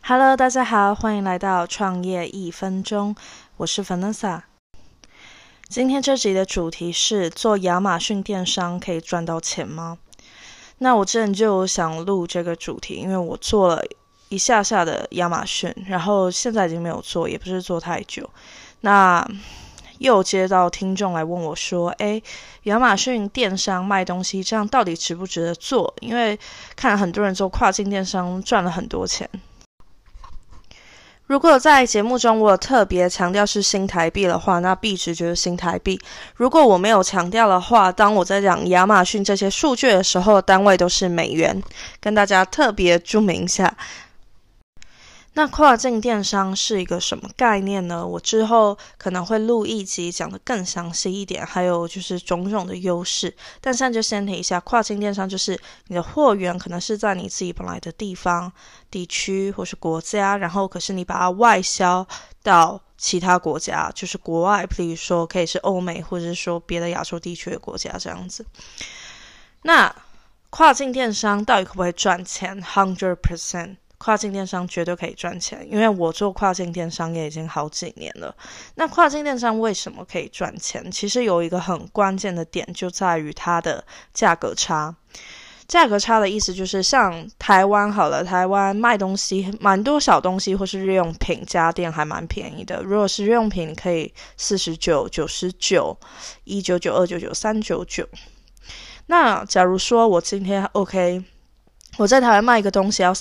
Hello， 大家好，欢迎来到创业1分钟，我是 Vanessa。今天这集的主题是做亚马逊电商可以赚到钱吗？那我之前就想录这个主题，因为我做了一下下的亚马逊，然后现在已经没有做，也不是做太久。那又接到听众来问我说，亚马逊电商卖东西这样到底值不值得做？因为看很多人做跨境电商赚了很多钱。如果在节目中我有特别强调是新台币的话，那币值就是新台币。如果我没有强调的话，当我在讲亚马逊这些数据的时候，单位都是美元，跟大家特别注明一下。那跨境电商是一个什么概念呢？我之后可能会录一集讲得更详细一点，还有就是种种的优势。但现在就先提一下，跨境电商就是你的货源可能是在你自己本来的地方、地区或是国家，然后可是你把它外销到其他国家，就是国外，比如说可以是欧美，或者是说别的亚洲地区的国家这样子。那跨境电商到底可不可以赚钱 ？100%。跨境电商绝对可以赚钱，因为我做跨境电商也已经好几年了。那跨境电商为什么可以赚钱？其实有一个很关键的点，就在于它的价格差。价格差的意思就是像台湾好了，台湾卖东西蛮多小东西或是日用品家电还蛮便宜的。如果是日用品可以49、99、199、299、399。那假如说我今天 OK，我在台湾卖一个东西要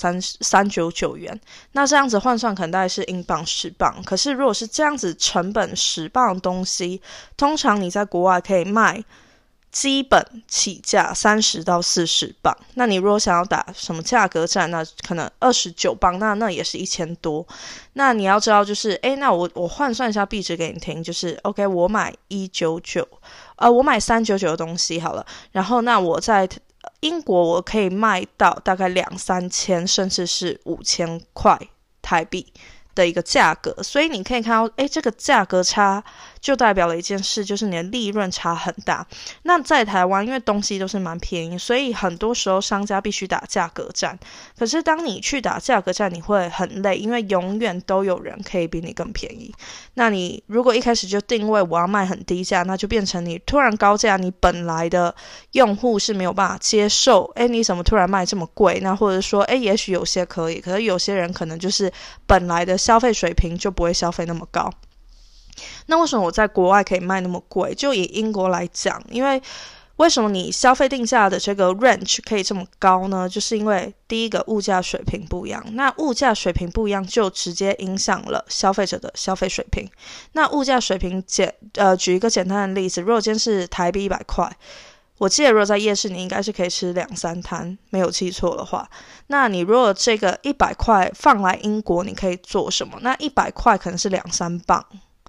399元，那这样子换算可能大概是英镑10磅。可是如果是这样子成本10磅的东西，通常你在国外可以卖基本起价30到40磅。那你如果想要打什么价格战，那可能29磅，那也是1000多。那你要知道就是那我换算一下币值给你听，就是 OK， 我买199，我买399的东西好了，然后那我在英国我可以卖到大概2-3千甚至是5000块台币的一个价格。所以你可以看到这个价格差就代表了一件事，就是你的利润差很大。那在台湾因为东西都是蛮便宜，所以很多时候商家必须打价格战。可是当你去打价格战，你会很累，因为永远都有人可以比你更便宜。那你如果一开始就定位我要卖很低价，那就变成你突然高价，你本来的用户是没有办法接受，你怎么突然卖这么贵？那或者说也许有些可以，可是有些人可能就是本来的消费水平就不会消费那么高。那为什么我在国外可以卖那么贵？就以英国来讲，因为为什么你消费定价的这个 range 可以这么高呢？就是因为第一个物价水平不一样，那物价水平不一样就直接影响了消费者的消费水平。那物价水平举一个简单的例子，如果今天是台币100块，我记得如果在夜市你应该是可以吃2-3摊，没有记错的话。那你如果这个100块放来英国，你可以做什么？那100块可能是2-3磅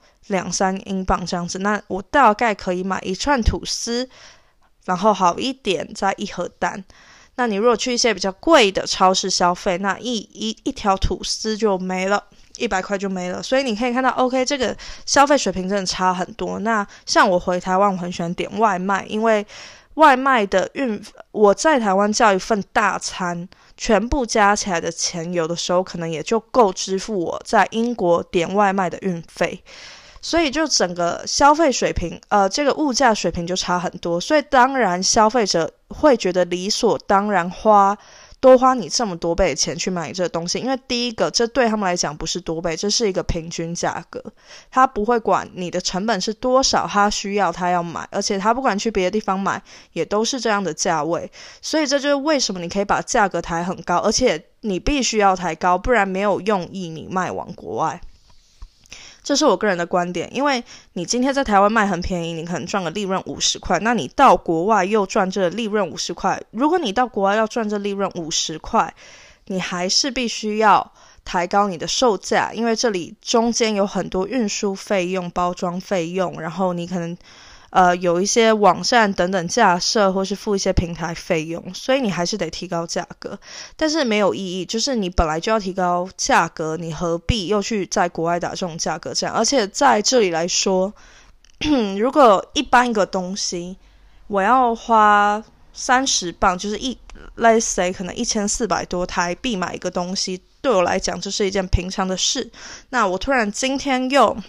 ，2-3英镑这样子。那我大概可以买一串吐司，然后好一点再一盒蛋。那你如果去一些比较贵的超市消费，那一条吐司就没了，100块就没了。所以你可以看到 OK， 这个消费水平真的差很多。那像我回台湾，我很喜欢点外卖，因为外卖的我在台湾叫一份大餐，全部加起来的钱有的时候可能也就够支付我在英国点外卖的运费。所以就整个消费水平这个物价水平就差很多。所以当然消费者会觉得理所当然多花你这么多倍的钱去买这个东西，因为第一个这对他们来讲不是多倍，这是一个平均价格，他不会管你的成本是多少，他需要他要买，而且他不管去别的地方买也都是这样的价位。所以这就是为什么你可以把价格抬很高，而且你必须要抬高，不然没有用意你卖往国外。这是我个人的观点，因为你今天在台湾卖很便宜，你可能赚个利润50块，那你到国外又赚这利润50块。如果你到国外要赚这利润50块，你还是必须要抬高你的售价，因为这里中间有很多运输费用、包装费用，然后你可能有一些网站等等架设，或是付一些平台费用，所以你还是得提高价格。但是没有意义，就是你本来就要提高价格，你何必又去在国外打这种价格战？而且在这里来说如果一般一个东西我要花30磅，就是let's say 可能1400多台币买一个东西， 对我来讲这是一件平常的事。那我突然今天用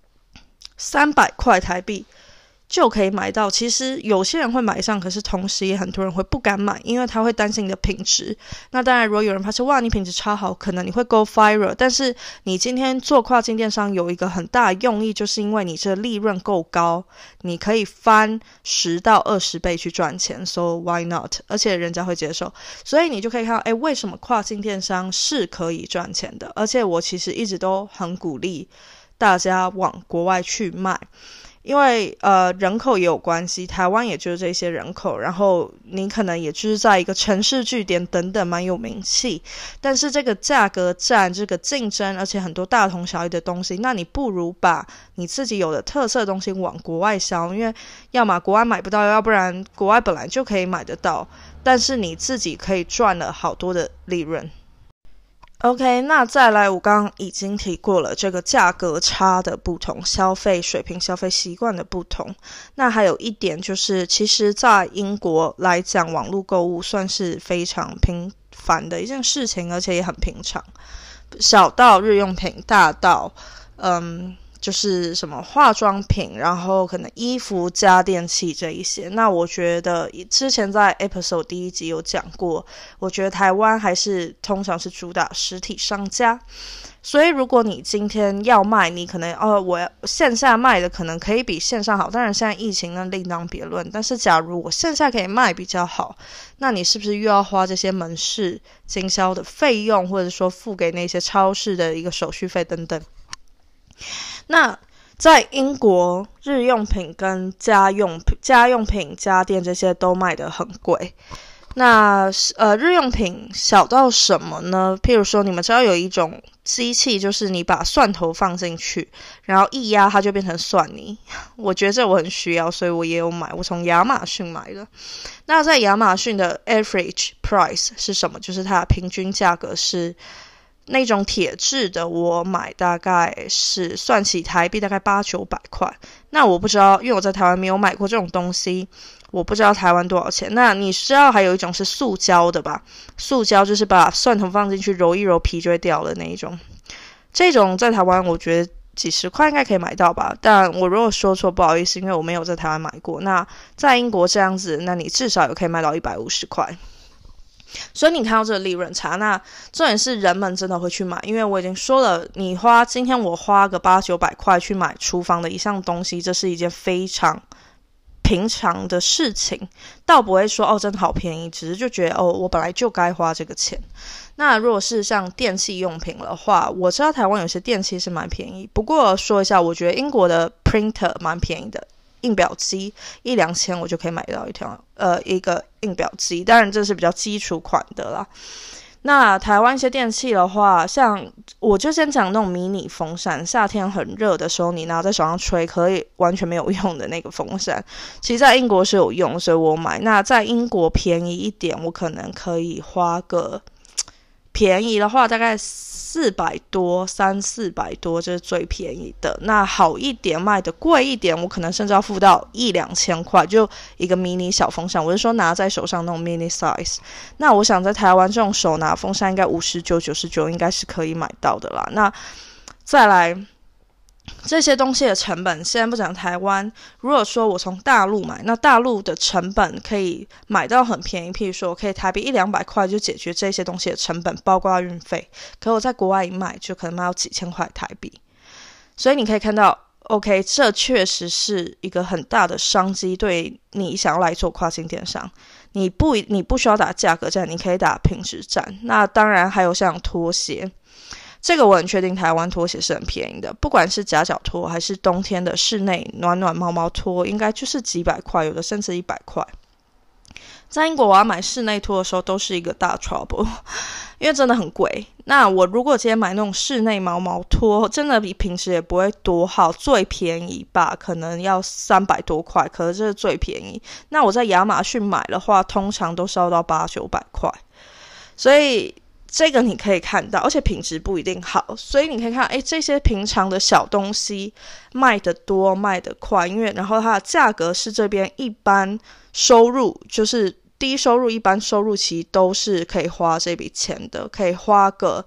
300块台币就可以买到，其实有些人会买上，可是同时也很多人会不敢买，因为他会担心你的品质。那当然如果有人发现哇你品质超好，可能你会 go viral， 但是你今天做跨境电商有一个很大的用意，就是因为你这利润够高，你可以翻10到20倍去赚钱， so why not， 而且人家会接受，所以你就可以看到为什么跨境电商是可以赚钱的。而且我其实一直都很鼓励大家往国外去卖，因为人口也有关系，台湾也就是这些人口，然后你可能也就是在一个城市据点等等蛮有名气，但是这个价格战，这个竞争，而且很多大同小异的东西，那你不如把你自己有的特色的东西往国外销，因为要么国外买不到，要不然国外本来就可以买得到，但是你自己可以赚了好多的利润。OK， 那再来我刚刚已经提过了这个价格差的不同，消费水平消费习惯的不同。那还有一点就是其实在英国来讲，网络购物算是非常频繁的一件事情，而且也很平常，小到日用品，大到就是什么化妆品，然后可能衣服家电器这一些。那我觉得之前在 episode 第1集有讲过，我觉得台湾还是通常是主打实体商家，所以如果你今天要卖，你可能我线下卖的可能可以比线上好，当然现在疫情呢另当别论，但是假如我线下可以卖比较好，那你是不是又要花这些门市经销的费用，或者说付给那些超市的一个手续费等等。那在英国，日用品跟家用品、家电这些都卖得很贵。那日用品小到什么呢？譬如说，你们知道有一种机器，就是你把蒜头放进去，然后一压它就变成蒜泥。我觉得这我很需要，所以我也有买，我从亚马逊买的。那在亚马逊的 average price 是什么？就是它的平均价格是那种铁质的，我买大概是算起台币大概800-900块。那我不知道，因为我在台湾没有买过这种东西，我不知道台湾多少钱。那你知道还有一种是塑胶的吧？塑胶就是把蒜头放进去揉一揉，皮就会掉的那一种。这种在台湾我觉得几十块应该可以买到吧，但我如果说错不好意思，因为我没有在台湾买过。那在英国这样子，那你至少也可以卖到150块。所以你看到这个利润差，那重点是人们真的会去买，因为我已经说了，今天我花个800-900块去买厨房的一项东西，这是一件非常平常的事情，倒不会说真的好便宜，只是就觉得我本来就该花这个钱。那如果是像电器用品的话，我知道台湾有些电器是蛮便宜，不过说一下，我觉得英国的 printer 蛮便宜的，印表机1-2千我就可以买到一个印表机，当然这是比较基础款的啦。那台湾一些电器的话，像我就先讲那种迷你风扇，夏天很热的时候你拿在手上吹可以完全没有用的那个风扇，其实在英国是有用，所以我买。那在英国便宜一点，我可能可以花个便宜的话大概300-400多，这是最便宜的。那好一点卖的贵一点，我可能甚至要付到1-2千块，就一个迷你小风扇，我是说拿在手上那种 mini size。那我想在台湾这种手拿风扇应该59-99应该是可以买到的啦。那再来这些东西的成本，现在不讲台湾，如果说我从大陆买，那大陆的成本可以买到很便宜，譬如说我可以台币100-200块就解决这些东西的成本，包括运费。可我在国外一买就可能卖到几千块台币，所以你可以看到 OK， 这确实是一个很大的商机，对你想要来做跨境电商，你不需要打价格战，你可以打品质战。那当然还有像拖鞋，这个我很确定台湾拖鞋是很便宜的，不管是夹脚拖还是冬天的室内暖暖毛毛拖，应该就是几百块，有的甚至100块。在英国我要买室内拖的时候都是一个大 trouble， 因为真的很贵。那我如果今天买那种室内毛毛拖，真的比平时也不会多好，最便宜吧可能要300多块，可是这是最便宜。那我在亚马逊买的话通常都是要到800-900块，所以这个你可以看到，而且品质不一定好，所以你可以看这些平常的小东西卖得多卖得快，因为然后它的价格是这边一般收入，就是低收入一般收入其实都是可以花这笔钱的，可以花个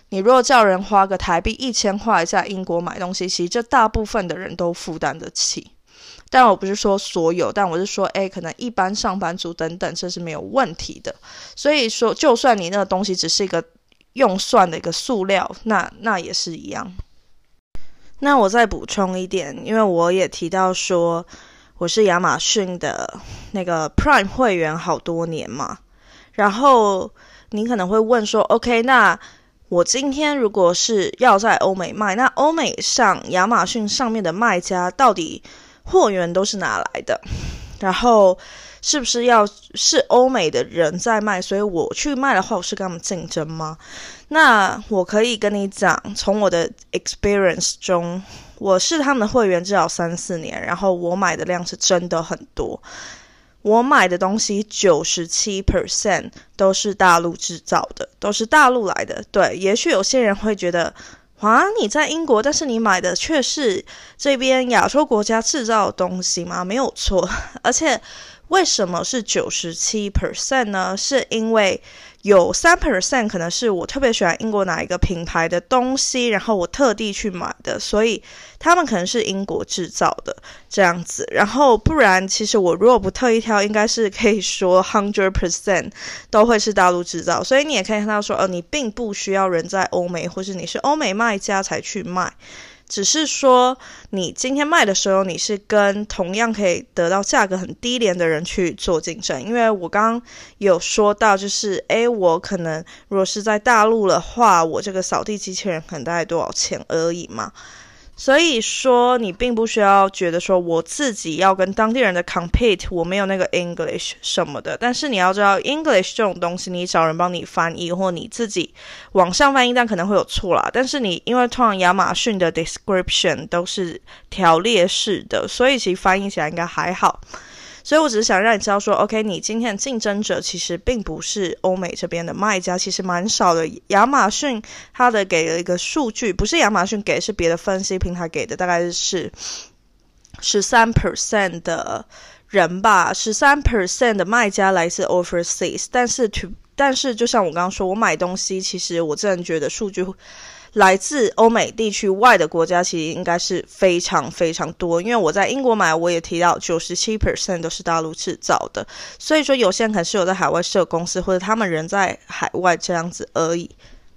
你如果叫人花个台币1000块在英国买东西，其实这大部分的人都负担得起。当然我不是说所有，但我是说可能一般上班族等等，这是没有问题的。所以说就算你那个东西只是一个用算的一个塑料，那也是一样。那我再补充一点，因为我也提到说我是亚马逊的那个 Prime 会员好多年嘛，然后你可能会问说 OK， 那我今天如果是要在欧美卖，那欧美上亚马逊上面的卖家到底货源都是哪来的？然后是不是是欧美的人在卖，所以我去卖的话，我是跟他们竞争吗？那我可以跟你讲，从我的 experience 中，我是他们的会员至少3-4年，然后我买的量是真的很多。我买的东西97% 都是大陆制造的，都是大陆来的。对，也许有些人会觉得你在英国，但是你买的却是这边亚洲国家制造的东西吗？没有错。而且为什么是97% 呢？是因为有3% 可能是我特别喜欢英国哪一个品牌的东西，然后我特地去买的，所以他们可能是英国制造的这样子。然后不然其实我如果不特意挑，应该是可以说 100% 都会是大陆制造。所以你也可以看到说你并不需要人在欧美，或是你是欧美卖家才去卖，只是说你今天卖的时候，你是跟同样可以得到价格很低廉的人去做竞争。因为我刚刚有说到，就是我可能如果是在大陆的话，我这个扫地机器人可能大概多少钱而已嘛。所以说你并不需要觉得说我自己要跟当地人的 compete， 我没有那个 English 什么的。但是你要知道 English 这种东西，你找人帮你翻译，或你自己网上翻译，但可能会有错啦。但是你因为通常亚马逊的 description 都是条列式的，所以其实翻译起来应该还好。所以我只是想让你知道说 OK， 你今天的竞争者其实并不是欧美这边的卖家，其实蛮少的。亚马逊它的给了一个数据，不是亚马逊给，是别的分析平台给的，大概是 13% 的人吧， 13% 的卖家来自 overseas。 但是就像我刚刚说，我买东西其实我真的觉得数据来自欧美地区外的国家其实应该是非常非常多。因为我在英国买，我也提到 97% 都是大陆制造的，所以说有些人可能是有在海外设公司，或者他们人在海外这样子而已。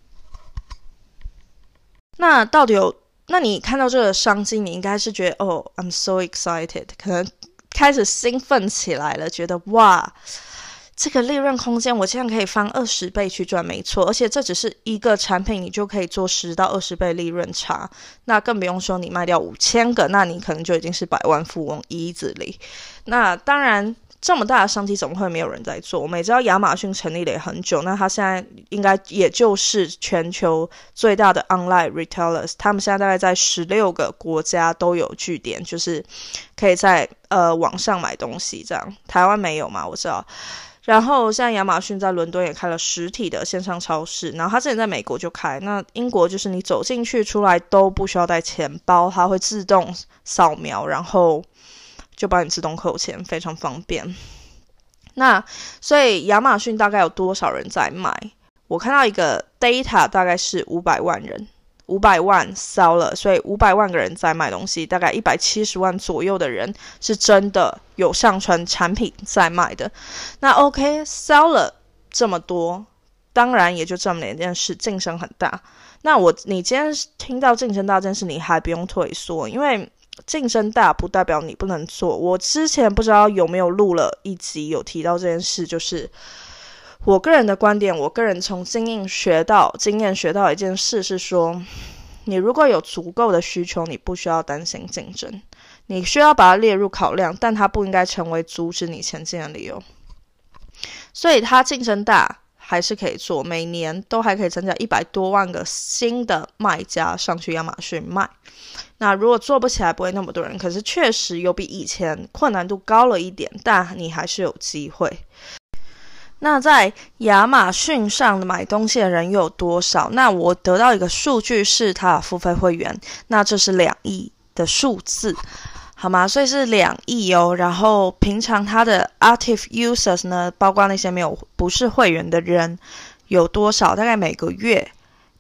那到底那你看到这个商机，你应该是觉得I'm so excited， 可能开始兴奋起来了，觉得哇，这个利润空间我这样可以翻20倍去赚，没错。而且这只是一个产品，你就可以做10到20倍利润差，那更不用说你卖掉5000个，那你可能就已经是百万富翁easily。那当然这么大的商机怎么会没有人在做？我们也知道亚马逊成立了也很久，那它现在应该也就是全球最大的 online retailers， 他们现在大概在16个国家都有据点，就是可以在网上买东西这样。台湾没有嘛，我知道。然后现在亚马逊在伦敦也开了实体的线上超市，然后它之前在美国就开，那英国就是你走进去出来都不需要带钱包，它会自动扫描，然后就帮你自动扣钱，非常方便。那所以亚马逊大概有多少人在买？我看到一个 data 大概是500万人，500万 seller， 所以500万个人在卖东西，大概170万左右的人是真的有上传产品在卖的。那 OK， seller 这么多，当然也就证明了一件事，竞争很大。那你今天听到竞争大这件事，你还不用退缩，因为竞争大不代表你不能做。我之前不知道有没有录了一集有提到这件事，就是我个人的观点，我个人从经验学到一件事是说，你如果有足够的需求，你不需要担心竞争，你需要把它列入考量，但它不应该成为阻止你前进的理由。所以它竞争大还是可以做，每年都还可以增加100多万个新的卖家上去亚马逊卖。那如果做不起来不会那么多人，可是确实有比以前困难度高了一点，但你还是有机会。那在亚马逊上买东西的人又有多少？那我得到一个数据是它的付费会员，那这是2亿的数字，好吗？所以是2亿哦。然后平常它的 active users 呢，包括那些不是会员的人有多少？大概每个月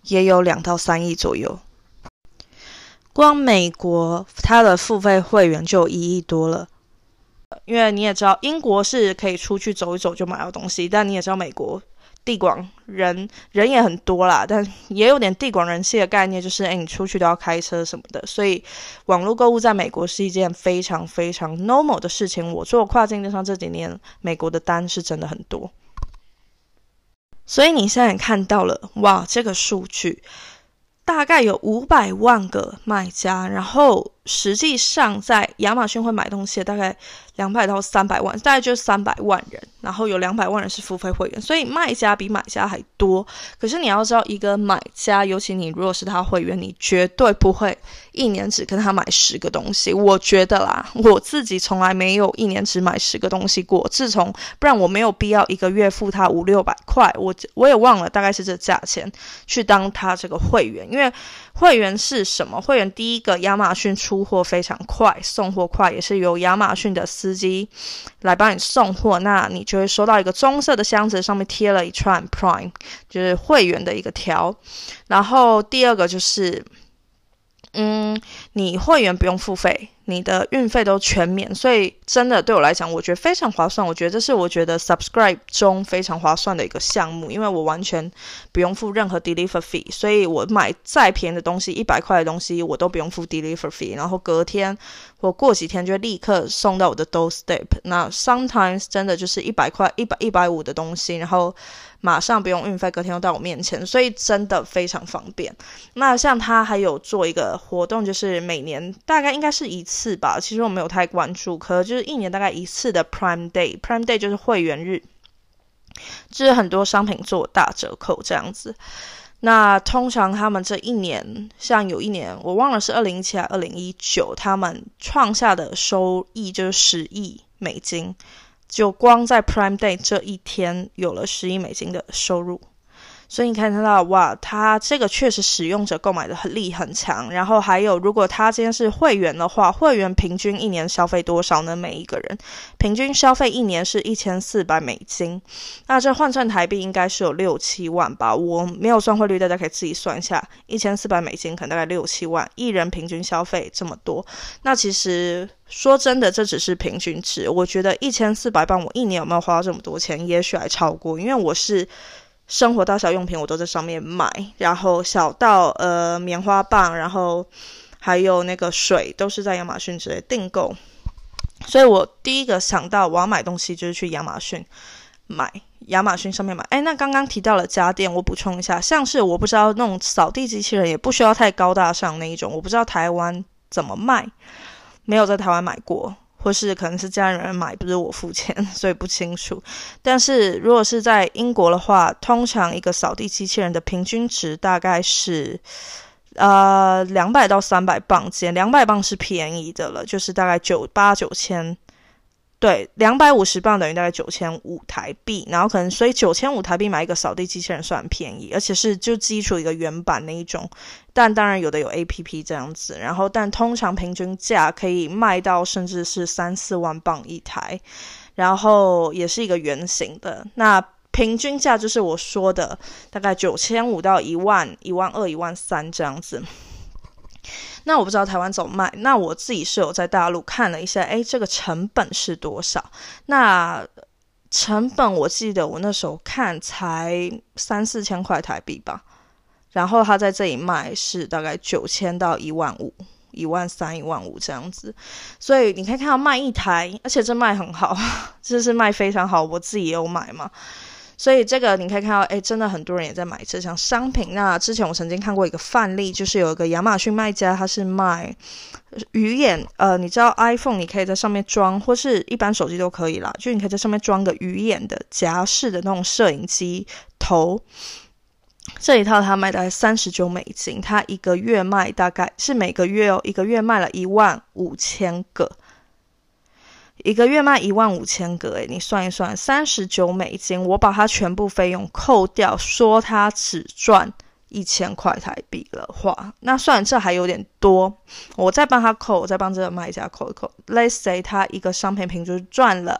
也有2到3亿左右。光美国它的付费会员就有1亿多了。因为你也知道，英国是可以出去走一走就买到东西，但你也知道美国地广人也很多啦，但也有点地广人稀的概念，就是你出去都要开车什么的，所以网络购物在美国是一件非常非常 normal 的事情。我做跨境电商这几年，美国的单是真的很多，所以你现在看到了，哇，这个数据大概有500万个卖家，然后实际上在亚马逊会买东西的大概200到300万，大概就是300万人，然后有200万人是付费会员，所以卖家比买家还多。可是你要知道，一个买家，尤其你如果是他会员，你绝对不会一年只跟他买10个东西。我觉得啦，我自己从来没有一年只买10个东西过，不然我没有必要一个月付他500-600块，我也忘了大概是这价钱去当他这个会员。因为会员是什么？会员第一个，亚马逊出货非常快，送货快，也是由亚马逊的司机来帮你送货，那你就会收到一个棕色的箱子，上面贴了一串 Prime， 就是会员的一个条。然后第二个就是你会员不用付费，你的运费都全免，所以真的对我来讲，我觉得非常划算。我觉得这是subscribe 中非常划算的一个项目，因为我完全不用付任何 deliver fee， 所以我买再便宜的东西，100块的东西我都不用付 deliver fee， 然后隔天或过几天就会立刻送到我的 doorstep。那 sometimes 真的就是100块、150的东西，然后马上不用运费，隔天又到我面前，所以真的非常方便。那像他还有做一个活动，就是每年大概应该是一次吧，其实我没有太关注，可就是1年大概一次的 Prime Day。Prime Day 就是会员日，就是很多商品做大折扣这样子。那通常他们这一年，像有一年我忘了是2017还是2019，他们创下的收益就是10亿美金。就光在 Prime Day 这一天有了10亿美金的收入，所以你看到哇，他这个确实使用者购买的力很强。然后还有，如果他今天是会员的话，会员平均一年消费多少呢？每一个人平均消费一年是1400美金，那这换算台币应该是有6-7万吧，我没有算汇率，大家可以自己算一下，1400美金可能大概6-7万，一人平均消费这么多。那其实说真的，这只是平均值，我觉得1400磅我一年有没有花到这么多钱，也许还超过，因为我是生活大小用品我都在上面买，然后小到棉花棒，然后还有那个水都是在亚马逊直接订购，所以我第一个想到我要买东西就是去亚马逊买，亚马逊上面买。那刚刚提到了家电，我补充一下，像是我不知道那种扫地机器人也不需要太高大上那一种，我不知道台湾怎么卖，没有在台湾买过，或是可能是家人买，不是我付钱，所以不清楚。但是如果是在英国的话，通常一个扫地机器人的平均值大概是200到300磅间，200磅是便宜的了，就是大概8-9千，对，250磅等于大概9500台币，然后可能所以9500台币买一个扫地机器人算便宜，而且是就基础一个原版那一种，但当然有的有 APP 这样子，然后但通常平均价可以卖到甚至是3-4万磅一台，然后也是一个圆形的，那平均价就是我说的大概9500到1万、12000、13000这样子。那我不知道台湾怎么卖，那我自己是有在大陆看了一下，这个成本是多少？那成本我记得我那时候看才3-4千块台币吧，然后他在这里卖是大概9000到15000、13000、15000这样子，所以你可以看到卖一台，而且这卖很好，这是卖非常好，我自己也有买嘛。所以这个你可以看到，真的很多人也在买这项商品。那之前我曾经看过一个范例，就是有一个亚马逊卖家，他是卖鱼眼，你知道 iPhone 你可以在上面装，或是一般手机都可以啦，就你可以在上面装个鱼眼的夹式的那种摄影机头。这一套他卖大概39美金，他一个月卖大概是每个月一个月卖了15000个。一个月卖15000个，你算一算，39美金，我把它全部费用扣掉，说他只赚1000块台币的话，那虽然这还有点多，我再帮他扣，我再帮这个卖家扣一扣。Let's say 他一个商品平均赚了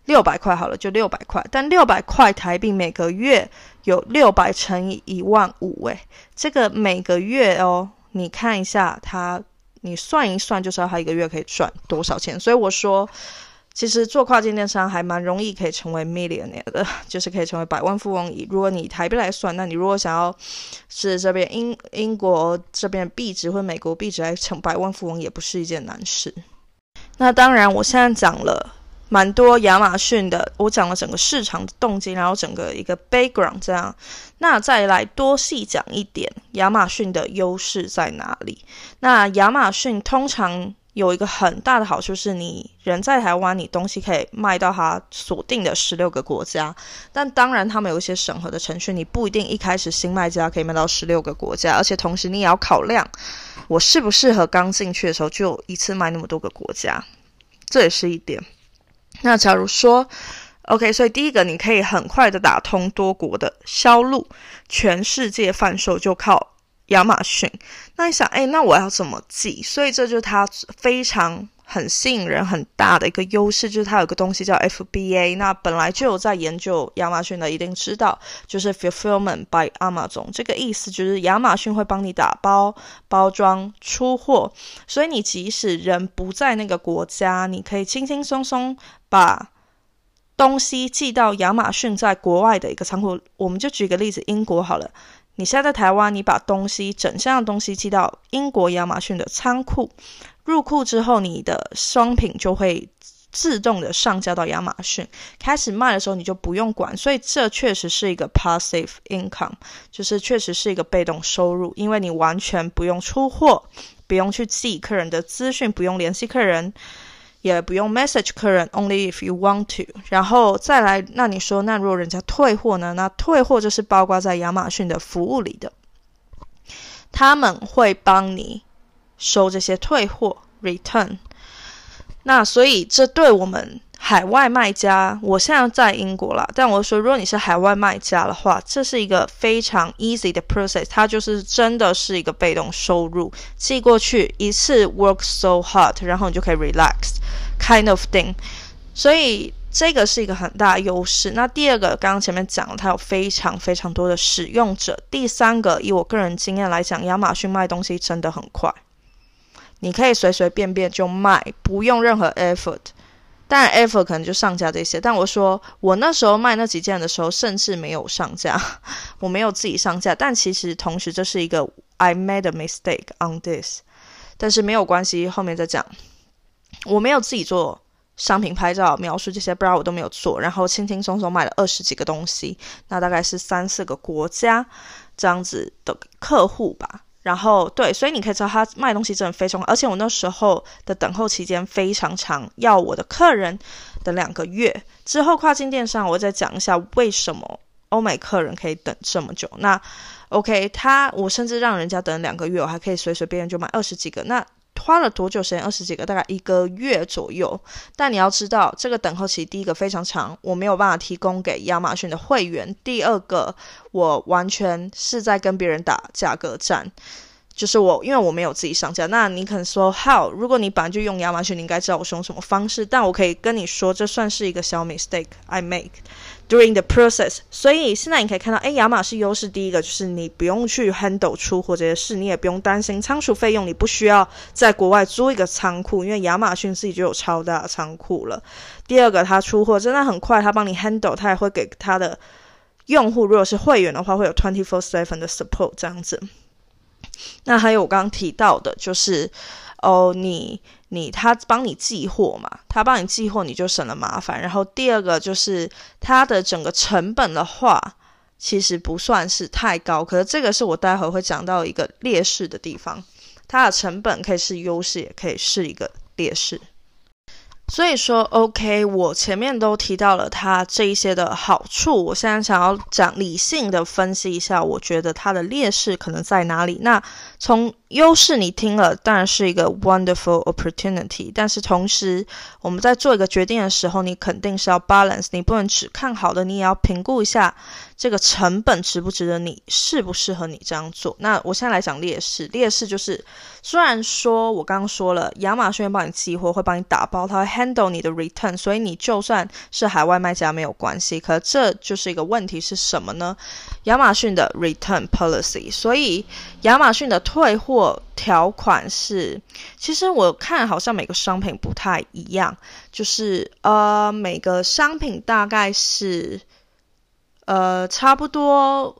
600块好了，就600块。但600块台币每个月有600乘以15000，这个每个月哦，你看一下你算一算就知道他一个月可以赚多少钱。所以我说，其实做跨境电商还蛮容易可以成为 millionaire 的，就是可以成为百万富翁。如果你台币来算，那你如果想要是这边英国这边币值或美国币值来成百万富翁，也不是一件难事。那当然，我现在讲了蛮多亚马逊的，我讲了整个市场的动机，然后整个一个 background 这样。那再来多细讲一点，亚马逊的优势在哪里？那亚马逊通常有一个很大的好处是，你人在台湾，你东西可以卖到它锁定的16个国家。但当然，他们有一些审核的程序，你不一定一开始新卖家可以卖到16个国家，而且同时你也要考量我适不适合刚进去的时候就一次卖那么多个国家，这也是一点。那假如说 OK， 所以第一个你可以很快的打通多国的销路，全世界贩售就靠亚马逊。那你想那我要怎么记？所以这就是它非常很吸引人很大的一个优势，就是它有个东西叫 FBA。 那本来就有在研究亚马逊的一定知道，就是 Fulfillment by Amazon， 这个意思就是亚马逊会帮你打包包装出货，所以你即使人不在那个国家，你可以轻轻松松把东西寄到亚马逊在国外的一个仓库。我们就举个例子，英国好了，你现在在台湾，你把整箱的东西寄到英国亚马逊的仓库，入库之后，你的商品就会自动的上架到亚马逊，开始卖的时候你就不用管。所以这确实是一个 passive income， 就是确实是一个被动收入，因为你完全不用出货，不用去记客人的资讯，不用联系客人，也不用 message 客人 only if you want to。 然后再来，那你说那如果人家退货呢？那退货就是包括在亚马逊的服务里的，他们会帮你收这些退货 return。 那所以这对我们海外卖家，我现在在英国啦，但我说如果你是海外卖家的话，这是一个非常 easy 的 process， 它就是真的是一个被动收入，寄过去一次 work so hard， 然后你就可以 relax kind of thing。 所以这个是一个很大的优势。那第二个刚刚前面讲了，它有非常非常多的使用者。第三个，以我个人经验来讲，亚马逊卖东西真的很快，你可以随随便便就卖，不用任何 effort。当然 effort 可能就上架这些，但我说我那时候卖那几件的时候甚至没有上架，我没有自己上架。但其实同时这是一个 I made a mistake on this， 但是没有关系，后面再讲。我没有自己做商品拍照描述这些，不然我都没有做，然后轻轻松松卖了20几个东西，那大概是3-4个国家这样子的客户吧。然后对，所以你可以知道他卖东西真的非常快，而且我那时候的等候期间非常长，要我的客人的2个月。之后跨境电商我再讲一下为什么欧美客人可以等这么久。那 OK， 我甚至让人家等2个月，我还可以随随便便就买20几个。那花了多久时间？20几个，大概1个月左右。但你要知道，这个等候期第一个非常长，我没有办法提供给亚马逊的会员。第二个，我完全是在跟别人打价格战，就是因为我没有自己上架。那你可能说 how， 如果你本来就用亚马逊，你应该知道我是用什么方式，但我可以跟你说，这算是一个小 mistake I make during the process。 所以现在你可以看到亚马逊优势第一个就是你不用去 handle 出货这些事，你也不用担心仓储费用，你不需要在国外租一个仓库，因为亚马逊自己就有超大的仓库了。第二个，它出货真的很快，它帮你 handle， 它也会给它的用户，如果是会员的话，会有 24/7 的 support 这样子。那还有我刚刚提到的就是他帮你寄货嘛，他帮你寄货你就省了麻烦。然后第二个就是他的整个成本的话其实不算是太高，可是这个是我待会会讲到一个劣势的地方，它的成本可以是优势也可以是一个劣势。所以说 OK， 我前面都提到了它这一些的好处，我现在想要讲理性的分析一下，我觉得它的劣势可能在哪里。那从优势你听了当然是一个 wonderful opportunity， 但是同时我们在做一个决定的时候，你肯定是要 balance， 你不能只看好的，你也要评估一下这个成本值不值得你，适不适合你这样做。那我现在来讲劣势，劣势就是虽然说我刚刚说了亚马逊会帮你寄货，会帮你打包，它会 handle 你的 return， 所以你就算是海外卖家没有关系，可这就是一个问题是什么呢？亚马逊的 return policy， 所以亚马逊的退货条款是，其实我看好像每个商品不太一样，就是每个商品大概是差不多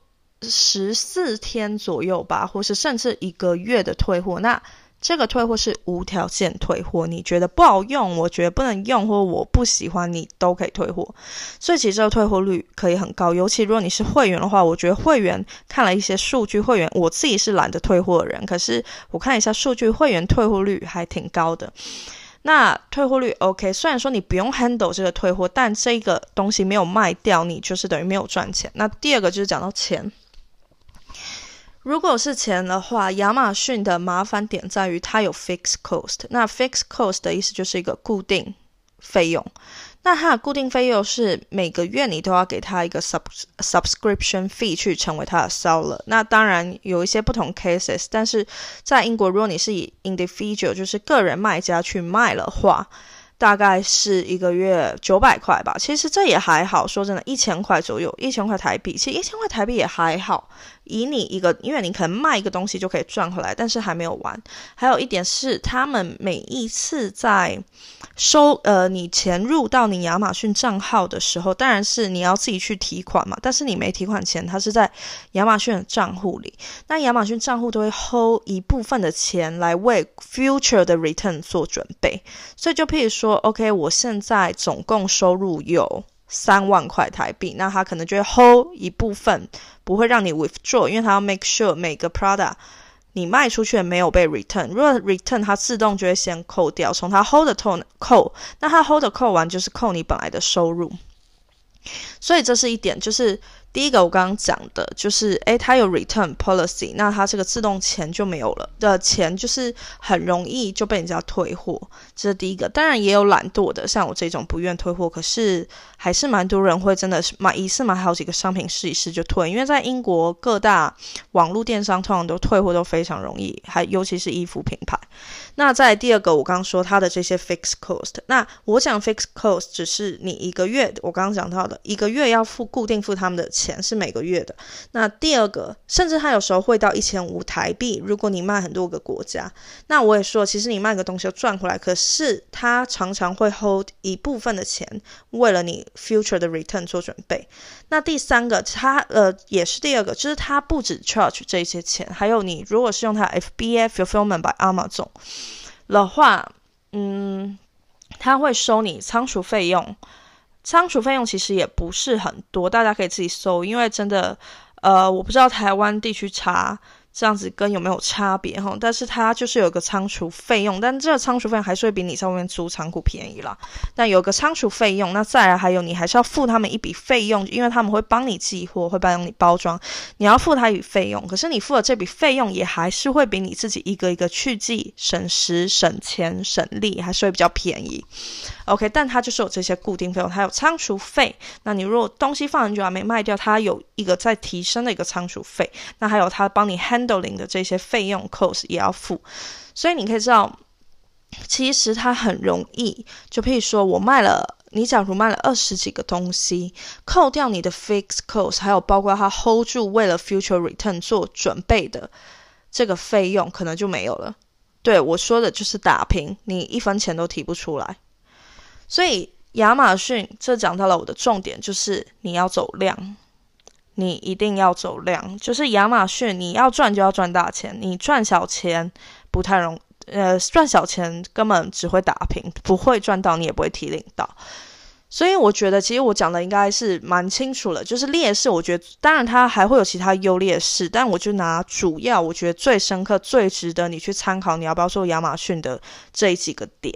14天左右吧，或是甚至1个月的退货。那这个退货是无条件退货，你觉得不好用，我觉得不能用，或我不喜欢，你都可以退货。所以其实这个退货率可以很高，尤其如果你是会员的话，我觉得会员看了一些数据，会员我自己是懒得退货的人，可是我看一下数据，会员退货率还挺高的。那退货率 OK， 虽然说你不用 handle 这个退货，但这个东西没有卖掉，你就是等于没有赚钱。那第二个就是讲到钱，如果是钱的话，亚马逊的麻烦点在于它有 fixed cost。那 fixed cost 的意思就是一个固定费用。那它的固定费用是每个月你都要给它一个 subscription fee 去成为它的 seller。那当然有一些不同 cases， 但是在英国如果你是以 individual 就是个人卖家去卖的话，大概是1个月900块吧。其实这也还好，说真的1000块左右，1000块台币，其实1000块台币也还好，以你一个，因为你可能卖一个东西就可以赚回来，但是还没有完。还有一点是他们每一次在你钱入到你亚马逊账号的时候，当然是你要自己去提款嘛，但是你没提款前它是在亚马逊的账户里，那亚马逊账户都会 hold 一部分的钱来为 future 的 return 做准备。所以就譬如说 OK， 我现在总共收入有3万块台币，那他可能就会 hold 一部分，不会让你 withdraw， 因为他要 make sure 每个 product 你卖出去没有被 return， 如果 return 它自动就会先扣掉，从它 hold 的扣，那它 hold 的扣完就是扣你本来的收入。所以这是一点，就是第一个我刚刚讲的，就是它有 return policy， 那它这个自动钱就没有了的钱，就是很容易就被人家退货，这是第一个。当然也有懒惰的，像我这种不愿退货，可是还是蛮多人会真的是一次买好几个商品试一试就退，因为在英国各大网络电商通常都退货都非常容易，尤其是衣服品牌。那再第二个，我刚刚说它的这些 fixed cost， 那我讲 fixed cost 只是你1个月，我刚刚讲到的1个月要固定付他们的钱是每个月的。那第二个，甚至它有时候会到1500台币，如果你卖很多个国家。那我也说，其实你卖个东西要赚回来，可是它常常会 hold 一部分的钱，为了你 future 的 return 做准备。那第三个，它也是第二个，就是它不止 charge 这些钱，还有你如果是用它 FBA Fulfillment by Amazon 的话，它会收你仓储费用。仓储费用其实也不是很多，大家可以自己搜，因为真的我不知道台湾地区查这样子跟有没有差别齁，但是它就是有个仓储费用，但这个仓储费用还是会比你在外面租仓库便宜啦。但有个仓储费用，那再来还有你还是要付他们一笔费用，因为他们会帮你寄货，会帮你包装，你要付他一笔费用。可是你付了这笔费用，也还是会比你自己一个一个去寄省时、省钱、省力，还是会比较便宜。OK， 但它就是有这些固定费用，还有仓储费。那你如果东西放很久还没卖掉，它有一个再提升的一个仓储费。那还有它帮你 handling 的这些费用 cost 也要付。所以你可以知道，其实它很容易，就譬如说你假如卖了20几个东西，扣掉你的 fixed cost， 还有包括它 hold 住为了 future return 做准备的这个费用，可能就没有了。对，我说的就是打平，你1分钱都提不出来。所以亚马逊这讲到了我的重点，就是你要走量，你一定要走量。就是亚马逊你要赚就要赚大钱，你赚小钱不太容易，赚小钱根本只会打平，不会赚到，你也不会提领到。所以我觉得其实我讲的应该是蛮清楚了，就是劣势我觉得当然它还会有其他优劣势，但我就拿主要我觉得最深刻最值得你去参考你要不要做亚马逊的这几个点。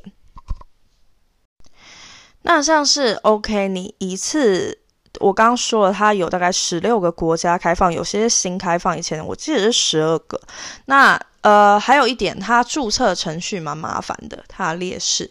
那像是 OK， 你一次我刚刚说了，它有大概16个国家开放，有些新开放，以前我记得是12个。那还有一点，它注册程序蛮麻烦的，它的劣势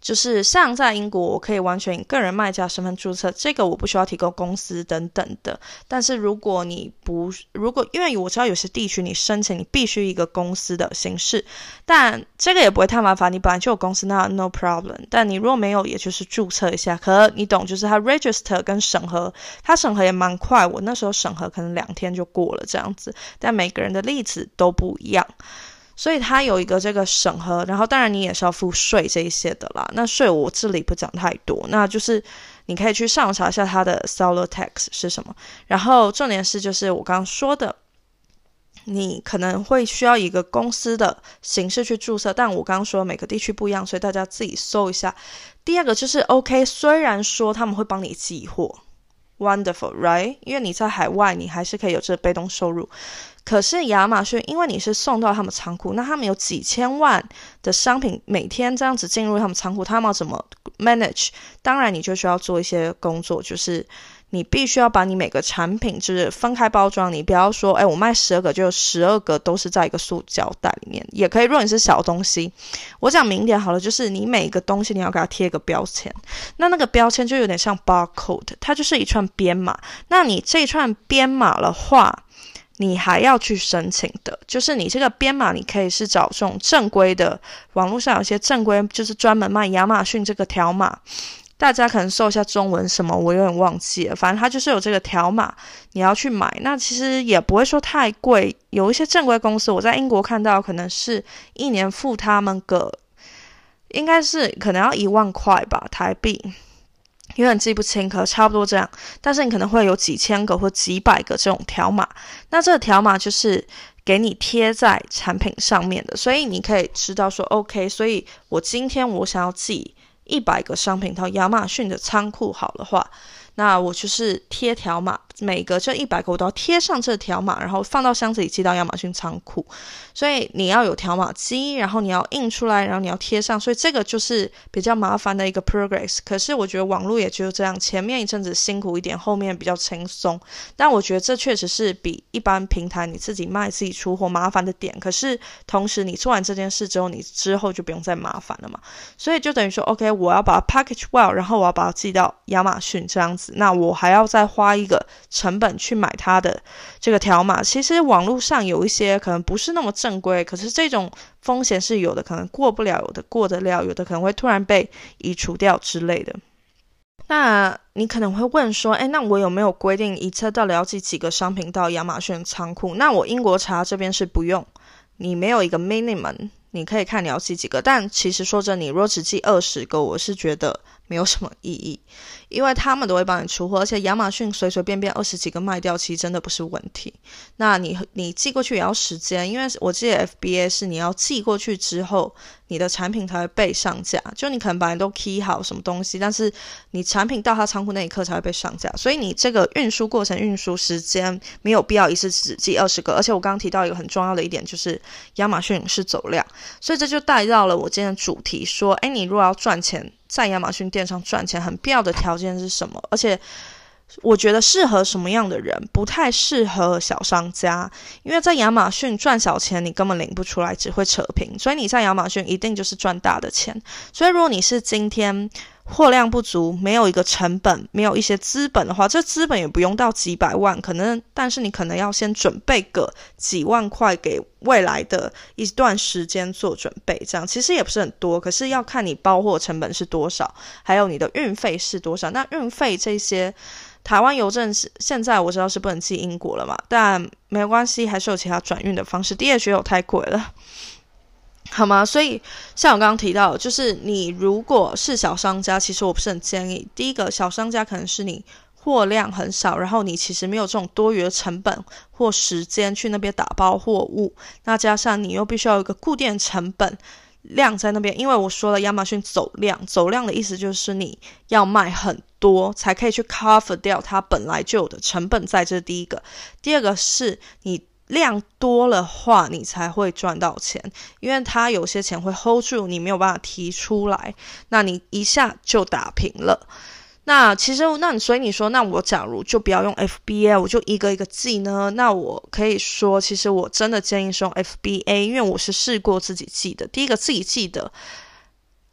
就是像在英国我可以完全以个人卖家身份注册，这个我不需要提供公司等等的。但是如果因为我知道有些地区你申请你必须一个公司的形式，但这个也不会太麻烦，你本来就有公司那 no problem， 但你如果没有也就是注册一下。可你懂，就是它 register 跟审核，它审核也蛮快，我那时候审核可能2天就过了这样子，但每个人的例子都不一样，所以它有一个这个审核，然后当然你也是要付税这一些的啦。那税我这里不讲太多，那就是你可以去上网查一下它的 seller tax 是什么。然后重点是就是我刚刚说的，你可能会需要一个公司的形式去注册，但我刚刚说每个地区不一样，所以大家自己搜一下。第二个就是 OK， 虽然说他们会帮你寄货 Wonderful, right？ 因为你在海外你还是可以有这个被动收入，可是亚马逊因为你是送到他们仓库，那他们有几千万的商品每天这样子进入他们仓库，他们要怎么 manage？ 当然你就需要做一些工作，就是你必须要把你每个产品就是分开包装，你不要说我卖12个就有12个都是在一个塑胶袋里面，也可以。如果你是小东西，我讲明一点好了，就是你每个东西你要给它贴一个标签，那个标签就有点像 barcode， 它就是一串编码，那你这一串编码的话你还要去申请的，就是你这个编码你可以是找这种正规的，网络上有些正规就是专门卖亚马逊这个条码，大家可能搜一下中文什么我有点忘记了，反正它就是有这个条码你要去买，那其实也不会说太贵，有一些正规公司我在英国看到可能是一年付他们个应该是可能要1万块吧台币，有点记不清，可差不多这样，但是你可能会有几千个或几百个这种条码，那这个条码就是给你贴在产品上面的，所以你可以知道说 OK， 所以我今天我想要寄100个商品到亚马逊的仓库好的话，那我就是贴条码，每个这100个我都要贴上这条码，然后放到箱子里寄到亚马逊仓库，所以你要有条码机，然后你要印出来，然后你要贴上，所以这个就是比较麻烦的一个 progress。 可是我觉得网络也就这样，前面一阵子辛苦一点，后面比较轻松，但我觉得这确实是比一般平台你自己卖自己出货麻烦的点，可是同时你做完这件事之后，你之后就不用再麻烦了嘛，所以就等于说 OK， 我要把它 package well， 然后我要把它寄到亚马逊这样子，那我还要再花一个成本去买它的这个条码。其实网络上有一些可能不是那么正规，可是这种风险是有的，可能过不了，有的过得了，有的可能会突然被移除掉之类的。那你可能会问说那我有没有规定一次到底要寄几个商品到亚马逊仓库？那我英国查这边是不用，你没有一个 minimum， 你可以看你要寄几个，但其实说真的，你如果只寄20个，我是觉得没有什么意义，因为他们都会帮你出货，而且亚马逊随随便便20几个卖掉，其实真的不是问题。那你寄过去也要时间，因为我记得 FBA 是你要寄过去之后，你的产品才会被上架，就你可能本来都 key 好什么东西，但是你产品到他仓库那一刻才会被上架，所以你这个运输过程、运输时间没有必要一次只寄20个。而且我刚刚提到一个很重要的一点，就是亚马逊是走量，所以这就带到了我今天的主题，说你如果要赚钱，在亚马逊电商赚钱很必要的条件是什么？而且我觉得适合什么样的人，不太适合小商家，因为在亚马逊赚小钱你根本领不出来，只会扯平，所以你在亚马逊一定就是赚大的钱。所以如果你是今天货量不足，没有一个成本，没有一些资本的话，这资本也不用到几百万，但是你可能要先准备个几万块给未来的一段时间做准备，这样其实也不是很多，可是要看你包货成本是多少，还有你的运费是多少。那运费这些台湾邮政现在我知道是不能寄英国了嘛，但没关系，还是有其他转运的方式， DHL 有太贵了好吗？所以像我刚刚提到，就是你如果是小商家，其实我不是很建议。第一个，小商家可能是你货量很少，然后你其实没有这种多余的成本或时间去那边打包货物，那加上你又必须要有一个固定成本量在那边，因为我说了亚马逊走量的意思就是你要卖很多才可以去 cover 掉它本来就有的成本在，这是第一个。第二个是你量多的话你才会赚到钱，因为它有些钱会 hold 住，你没有办法提出来，那你一下就打平了。那其实所以你说那我假如就不要用 FBA， 我就一个一个寄呢？那我可以说其实我真的建议是用 FBA， 因为我是试过自己寄的。第一个自己寄的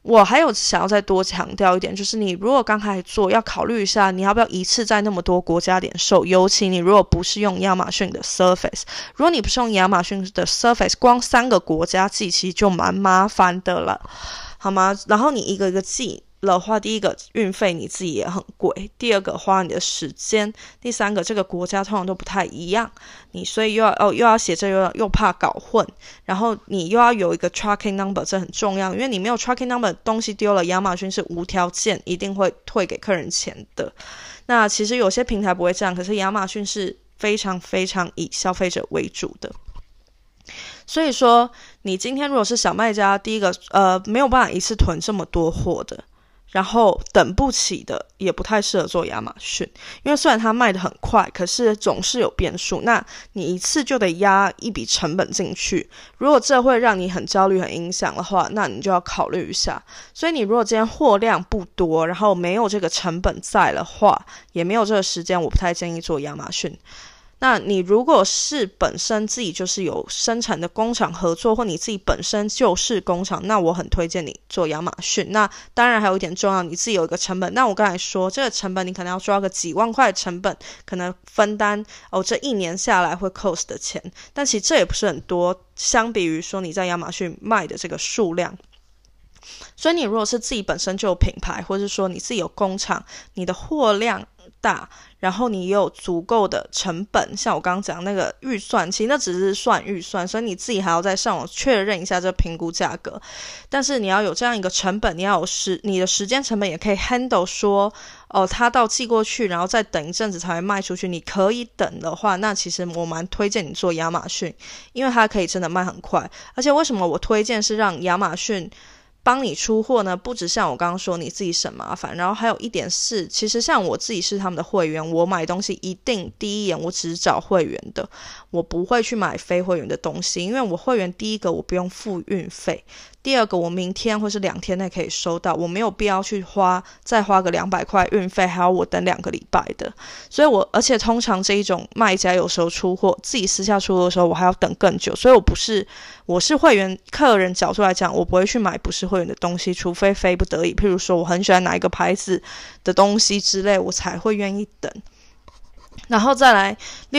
我还有想要再多强调一点，就是你如果刚开始做，要考虑一下你要不要一次在那么多国家点售，尤其你如果不是用亚马逊的 Surface， 如果你不是用亚马逊的 Surface， 光3个国家寄其实就蛮麻烦的了，好吗？然后你一个一个寄的话，第一个运费你自己也很贵，第二个花你的时间，第三个这个国家通常都不太一样，你所以又要写这又怕搞混，然后你又要有一个 tracking number， 这很重要，因为你没有 tracking number， 东西丢了，亚马逊是无条件一定会退给客人钱的。那其实有些平台不会这样，可是亚马逊是非常非常以消费者为主的。所以说你今天如果是小卖家，第一个没有办法一次囤这么多货的，然后等不起的也不太适合做亚马逊，因为虽然它卖得很快，可是总是有变数，那你一次就得压一笔成本进去，如果这会让你很焦虑很影响的话，那你就要考虑一下。所以你如果今天货量不多，然后没有这个成本在的话，也没有这个时间，我不太建议做亚马逊。那你如果是本身自己就是有生产的工厂合作，或你自己本身就是工厂，那我很推荐你做亚马逊。那当然还有一点重要，你自己有一个成本，那我刚才说这个成本你可能要抓个几万块的成本，可能分担这一年下来会 cost 的钱，但其实这也不是很多，相比于说你在亚马逊卖的这个数量。所以你如果是自己本身就有品牌，或者说你自己有工厂，你的货量大，然后你也有足够的成本，像我刚刚讲那个预算，其实那只是算预算，所以你自己还要再上网确认一下这个评估价格。但是你要有这样一个成本，你要有你的时间成本也可以 handle 说它到寄过去然后再等一阵子才会卖出去，你可以等的话，那其实我蛮推荐你做亚马逊，因为它可以真的卖很快。而且为什么我推荐是让亚马逊帮你出货呢？不只像我刚刚说你自己省麻烦，然后还有一点是，其实像我自己是他们的会员，我买东西一定第一眼我只是找会员的，我不会去买非会员的东西，因为我会员第一个我不用付运费，第二个我明天或是2天内可以收到，我没有必要去再花个200块运费，还要我等2个礼拜的。所以而且通常这一种卖家有时候出货自己私下出货的时候，我还要等更久，所以我是会员客人角度来讲，我不会去买不是会员的东西，除非非不得已，譬如说我很喜欢哪一个牌子的东西之类，我才会愿意等。然后再来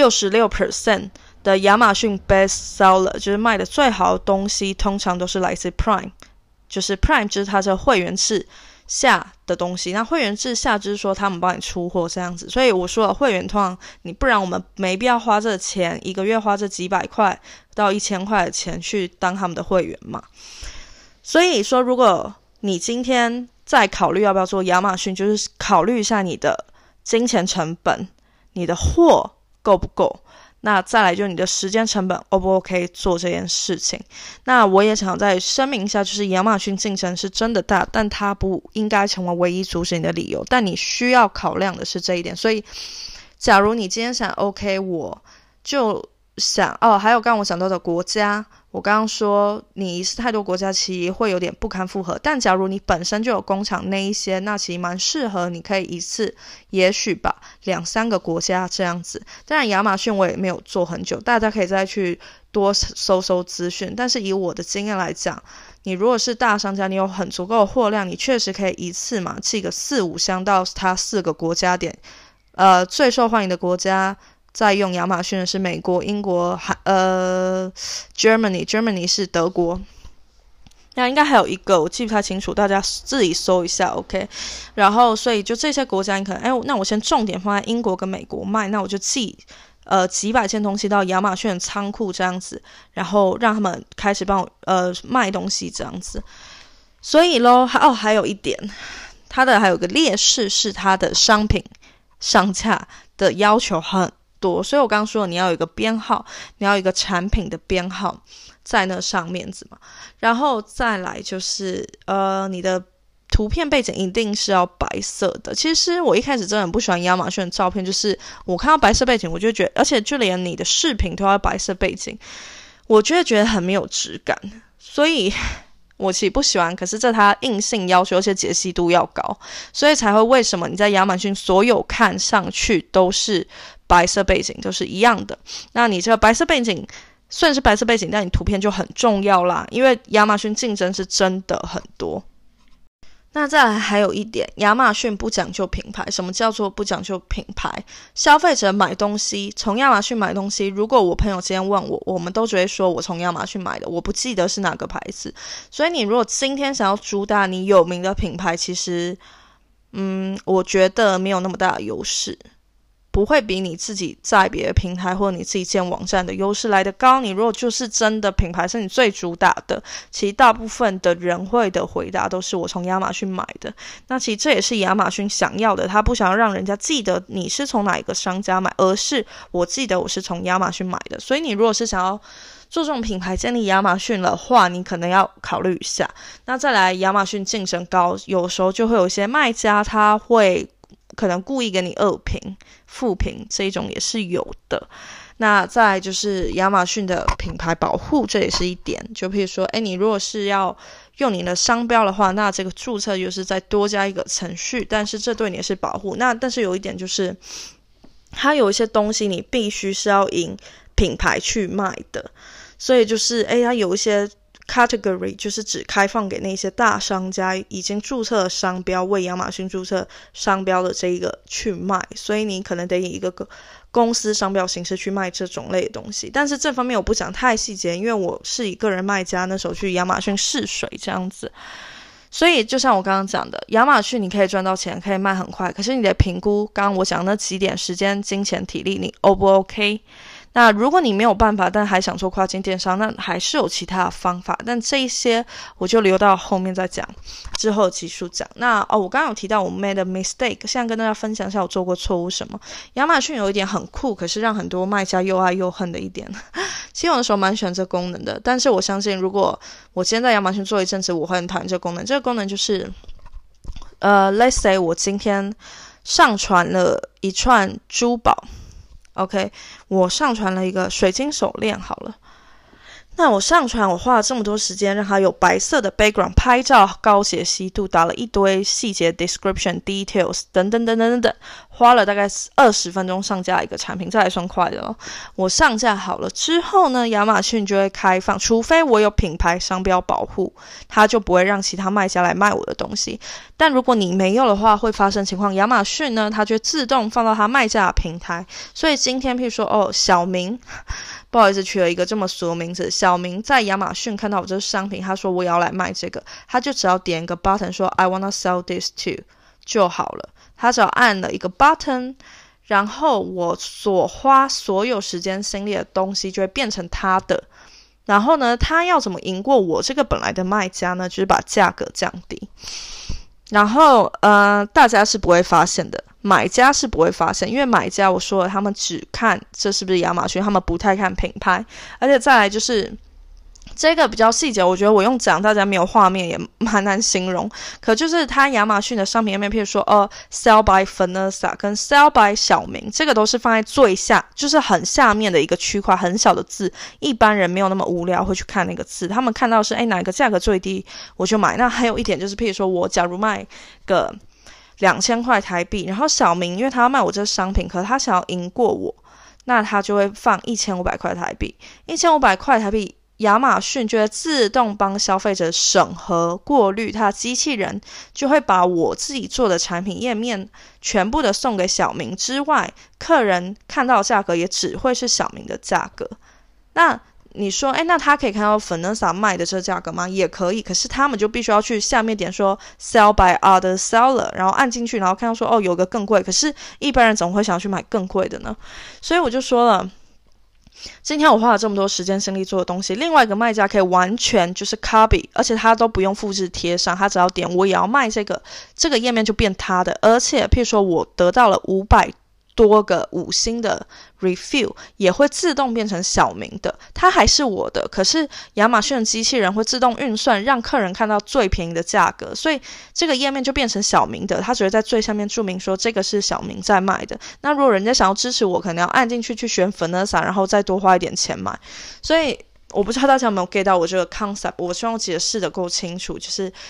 66% 的亚马逊 best seller， 就是卖的最好的东西通常都是来自 Prime， 就是 Prime 就是它这会员制下的东西，那会员制下就是说他们帮你出货这样子，所以我说了会员通常不然我们没必要花这钱，一个月花这几百块到1000块的钱去当他们的会员嘛。所以说如果你今天在考虑要不要做亚马逊，就是考虑一下你的金钱成本，你的货够不够，那再来就你的时间成本 O 不 OK 做这件事情。那我也想再声明一下，就是亚马逊竞争是真的大，但它不应该成为唯一阻止你的理由，但你需要考量的是这一点。所以假如你今天想 OK， 我就想还有刚刚我想到的国家，我刚刚说你一次太多国家其实会有点不堪负荷，但假如你本身就有工厂那一些，那其实蛮适合你可以一次也许吧2-3个国家这样子。当然亚马逊我也没有做很久，大家可以再去多搜资讯，但是以我的经验来讲，你如果是大商家，你有很足够的货量，你确实可以一次嘛寄个4-5箱到它4个国家点。最受欢迎的国家在用亚马逊的是美国、英国、Germany 是德国，那应该还有一个我记不太清楚，大家自己搜一下 OK。 然后所以就这些国家你可能那我先重点放在英国跟美国卖，那我就寄几百件东西到亚马逊的仓库这样子，然后让他们开始帮我卖东西这样子。所以咯还有一点，它的还有个劣势是它的商品上架的要求很多，所以我刚刚说你要有一个编号，你要有一个产品的编号在那上面子嘛。然后再来就是你的图片背景一定是要白色的。其实我一开始真的很不喜欢亚马逊的照片，就是我看到白色背景我就觉得，而且就连你的视频都要白色背景，我就会觉得很没有质感，所以我其实不喜欢，可是这它硬性要求，而且解析度要高，所以才会为什么你在亚马逊所有看上去都是白色背景，都是一样的。那你这个白色背景虽然是白色背景，但你图片就很重要啦，因为亚马逊竞争是真的很多。 那再来还有一点，亚马逊不讲究品牌。什么叫做不讲究品牌？消费者买东西，从亚马逊买东西，如果我朋友今天问我，我们都只会说我从亚马逊买的，我不记得是哪个牌子。所以你如果今天想要主打你有名的品牌，其实我觉得没有那么大的优势，不会比你自己在别的平台或者你自己建网站的优势来得高。你如果就是真的品牌是你最主打的，其实大部分的人会的回答都是我从亚马逊买的。那其实这也是亚马逊想要的，他不想要让人家记得你是从哪一个商家买，而是我记得我是从亚马逊买的。所以你如果是想要做这种品牌建立亚马逊的话，你可能要考虑一下。那再来，亚马逊竞争高，有时候就会有一些卖家他会可能故意给你恶评、负评，这一种也是有的。那再来就是亚马逊的品牌保护，这也是一点。就譬如说，你如果是要用你的商标的话，那这个注册就是再多加一个程序，但是这对你也是保护。那但是有一点就是，它有一些东西你必须是要以品牌去卖的，所以就是它有一些category 就是只开放给那些大商家已经注册了商标，为亚马逊注册商标的这一个去卖，所以你可能得以一个公司商标形式去卖这种类的东西。但是这方面我不讲太细节，因为我是一个人卖家，那时候去亚马逊试水这样子。所以就像我刚刚讲的，亚马逊你可以赚到钱，可以卖很快，可是你得评估刚刚我讲的那几点：时间、金钱、体力，你 O 不 OK？那如果你没有办法，但还想做跨境电商，那还是有其他的方法，但这一些我就留到后面再讲，之后集数讲。那我刚刚有提到我 made a mistake， 现在跟大家分享一下我做过错误什么。亚马逊有一点很酷，可是让很多卖家又爱又恨的一点。其实有的时候蛮喜欢这个功能的，但是我相信如果我今天在亚马逊做一阵子，我会很讨厌这个功能。这个功能就是let's say 我今天上传了一串珠宝，OK， 我上传了一个水晶手链好了。那我上传，我花了这么多时间让它有白色的 background， 拍照高解析度，打了一堆细节 description details 等等等等等等，花了大概20分钟上架一个产品，这还算快的哦。我上架好了之后呢，亚马逊就会开放，除非我有品牌商标保护，它就不会让其他卖家来卖我的东西。但如果你没有的话，会发生情况，亚马逊呢，它就会自动放到它卖家的平台。所以今天譬如说小明，不好意思取了一个这么俗的名字，小明在亚马逊看到我这个商品，他说我也要来卖这个，他就只要点一个 button 说 I wanna sell this to 就好了。他只要按了一个 button， 然后我所花所有时间心力的东西就会变成他的。然后呢，他要怎么赢过我这个本来的卖家呢？就是把价格降低。然后大家是不会发现的，买家是不会发现，因为买家我说了，他们只看这是不是亚马逊，他们不太看品牌。而且再来就是这个比较细节，我觉得我用讲大家没有画面也蛮难形容。可就是它亚马逊的商品页面，譬如说sell by Vanessa 跟 sell by 小明，这个都是放在最下，就是很下面的一个区块，很小的字，一般人没有那么无聊会去看那个字，他们看到是哪个价格最低我就买。那还有一点就是譬如说我假如卖个2000块台币，然后小明因为他要卖我这个商品，可是他想要赢过我，那他就会放1500块台币，1500块台币亚马逊就会自动帮消费者审核过滤，它的机器人就会把我自己做的产品页面全部的送给小明之外，客人看到的价格也只会是小明的价格。那你说那他可以看到 Vanessa 卖的这价格吗？也可以，可是他们就必须要去下面点说 sell by other seller， 然后按进去，然后看到说有个更贵，可是一般人怎么会想要去买更贵的呢？所以我就说了，今天我花了这么多时间心力做的东西，另外一个卖家可以完全就是 copy， 而且他都不用复制贴上，他只要点我也要卖这个页面就变他的。而且譬如说我得到了500多个5星的 review， 也会自动变成小明的，它还是我的，可是亚马逊的机器人会自动运算，让客人看到最便宜的价格，所以这个页面就变成小明的，它只会在最下面注明说这个是小明在卖的。那如果人家想要支持我，可能要按进去选 Vanessa， 然后再多花一点钱买。所以我不知道大家有没有 get 到我这个 concept， 我希望我解释的够清楚，就是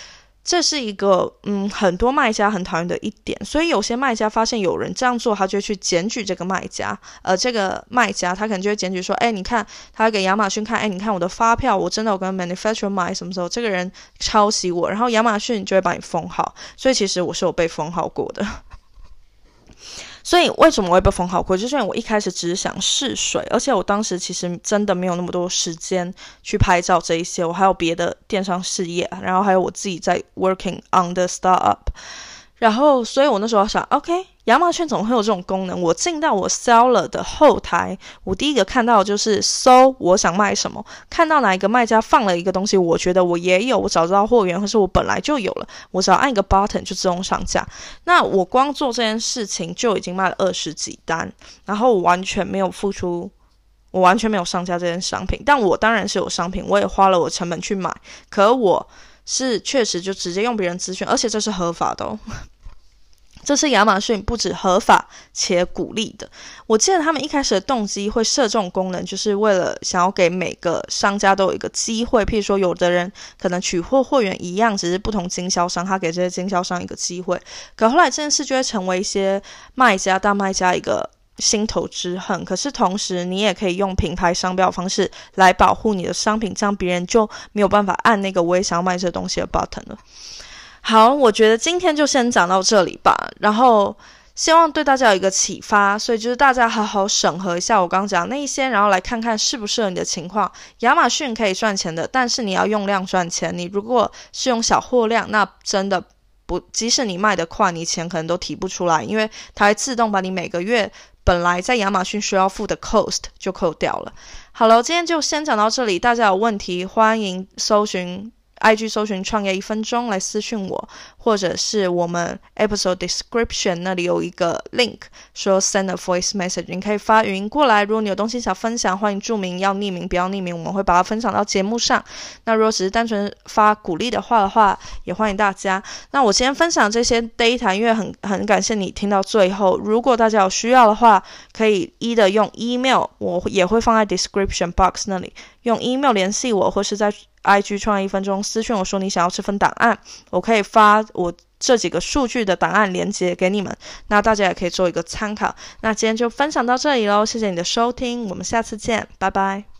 这是一个很多卖家很讨厌的一点，所以有些卖家发现有人这样做，他就会去检举这个卖家，这个卖家他可能就会检举说，你看他会给亚马逊看，你看我的发票，我真的有跟 manufacturer 买，什么时候这个人抄袭我，然后亚马逊就会把你封号，所以其实我是有被封号过的。所以为什么我会被封号过？就是因为我一开始只是想试水，而且我当时其实真的没有那么多时间去拍照这一些，我还有别的电商事业，然后还有我自己在 working on the startup。然后所以我那时候想 OK， 亚马逊怎么会有这种功能？我进到我 seller 的后台，我第一个看到的就是搜我想卖什么，看到哪一个卖家放了一个东西，我觉得我也有，我找到货源或是我本来就有了，我只要按一个 button 就自动上架。那我光做这件事情就已经卖了20几单，然后我完全没有付出，我完全没有上架这件商品，但我当然是有商品，我也花了我成本去买，可我是确实就直接用别人资讯，而且这是合法的哦。这是亚马逊不止合法且鼓励的。我记得他们一开始的动机会设这种功能，就是为了想要给每个商家都有一个机会，譬如说有的人可能取货货源一样，只是不同经销商，他给这些经销商一个机会。可后来这件事就会成为一些卖家大卖家一个心头之恨，可是同时你也可以用品牌商标的方式来保护你的商品，这样别人就没有办法按那个我也想要卖这东西的 button 了。好，我觉得今天就先讲到这里吧，然后希望对大家有一个启发，所以就是大家好好审核一下我刚刚讲那一些，然后来看看适不适合你的情况。亚马逊可以赚钱的，但是你要用量赚钱，你如果是用小货量，那真的不，即使你卖得快，你钱可能都提不出来，因为它会自动把你每个月本来在亚马逊需要付的 cost 就扣掉了。好了，今天就先讲到这里，大家有问题欢迎搜寻IG 搜寻创业1分钟来私讯我，或者是我们 episode description 那里有一个 link 说 send a voice message， 你可以发语音过来。如果你有东西想分享，欢迎注明要匿名不要匿名，我们会把它分享到节目上。那如果只是单纯发鼓励的话，也欢迎大家。那我今天分享这些 data， 因为很感谢你听到最后，如果大家有需要的话，可以的用 email， 我也会放在 description box 那里，用 email 联系我，或是在IG 创业1分钟私讯我说你想要这份档案，我可以发我这几个数据的档案连结给你们，那大家也可以做一个参考。那今天就分享到这里咯，谢谢你的收听，我们下次见，拜拜。